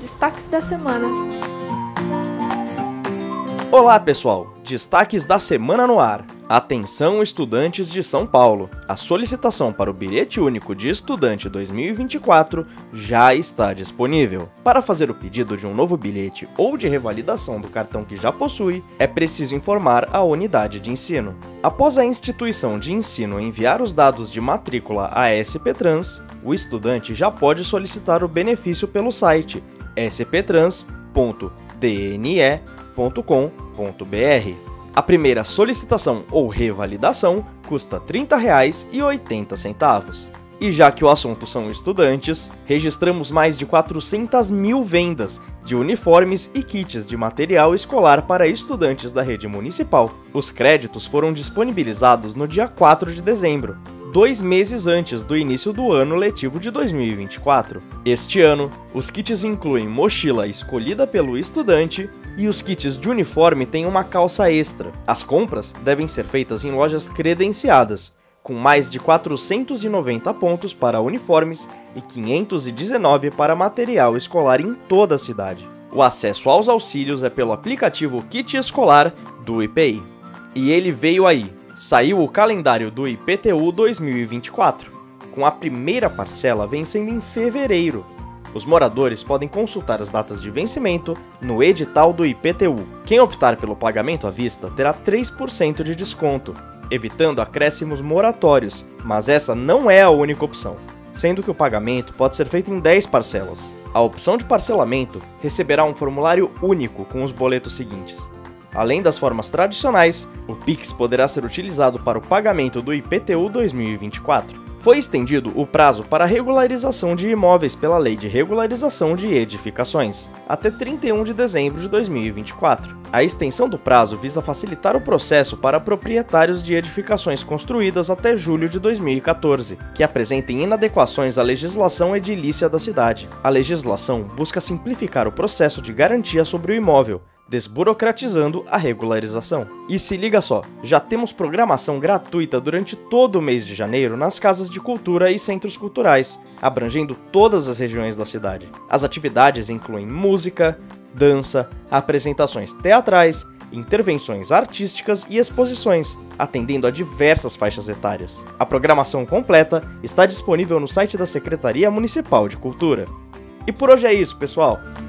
Destaques da semana. Olá pessoal, destaques da semana no ar. Atenção estudantes de São Paulo, a solicitação para o bilhete único de estudante 2024 já está disponível. Para fazer o pedido de um novo bilhete ou de revalidação do cartão que já possui, é preciso informar a unidade de ensino. Após a instituição de ensino enviar os dados de matrícula à SPTrans, o estudante já pode solicitar o benefício pelo site sptrans.dne.com.br. A primeira solicitação ou revalidação custa R$ 30,80. E já que o assunto são estudantes, registramos mais de 400 mil vendas de uniformes e kits de material escolar para estudantes da rede municipal. Os créditos foram disponibilizados no dia 4 de dezembro, 2 meses antes do início do ano letivo de 2024. Este ano, os kits incluem mochila escolhida pelo estudante e os kits de uniforme têm uma calça extra. As compras devem ser feitas em lojas credenciadas, com mais de 490 pontos para uniformes e 519 para material escolar em toda a cidade. O acesso aos auxílios é pelo aplicativo Kit Escolar do IPI. E ele veio aí. Saiu o calendário do IPTU 2024, com a primeira parcela vencendo em fevereiro. Os moradores podem consultar as datas de vencimento no edital do IPTU. Quem optar pelo pagamento à vista terá 3% de desconto, evitando acréscimos moratórios, mas essa não é a única opção, sendo que o pagamento pode ser feito em 10 parcelas. A opção de parcelamento receberá um formulário único com os boletos seguintes. Além das formas tradicionais, o Pix poderá ser utilizado para o pagamento do IPTU 2024. Foi estendido o prazo para regularização de imóveis pela Lei de Regularização de Edificações, até 31 de dezembro de 2024. A extensão do prazo visa facilitar o processo para proprietários de edificações construídas até julho de 2014, que apresentem inadequações à legislação edilícia da cidade. A legislação busca simplificar o processo de garantia sobre o imóvel, desburocratizando a regularização. E se liga só, já temos programação gratuita durante todo o mês de janeiro nas casas de cultura e centros culturais, abrangendo todas as regiões da cidade. As atividades incluem música, dança, apresentações teatrais, intervenções artísticas e exposições, atendendo a diversas faixas etárias. A programação completa está disponível no site da Secretaria Municipal de Cultura. E por hoje é isso, pessoal!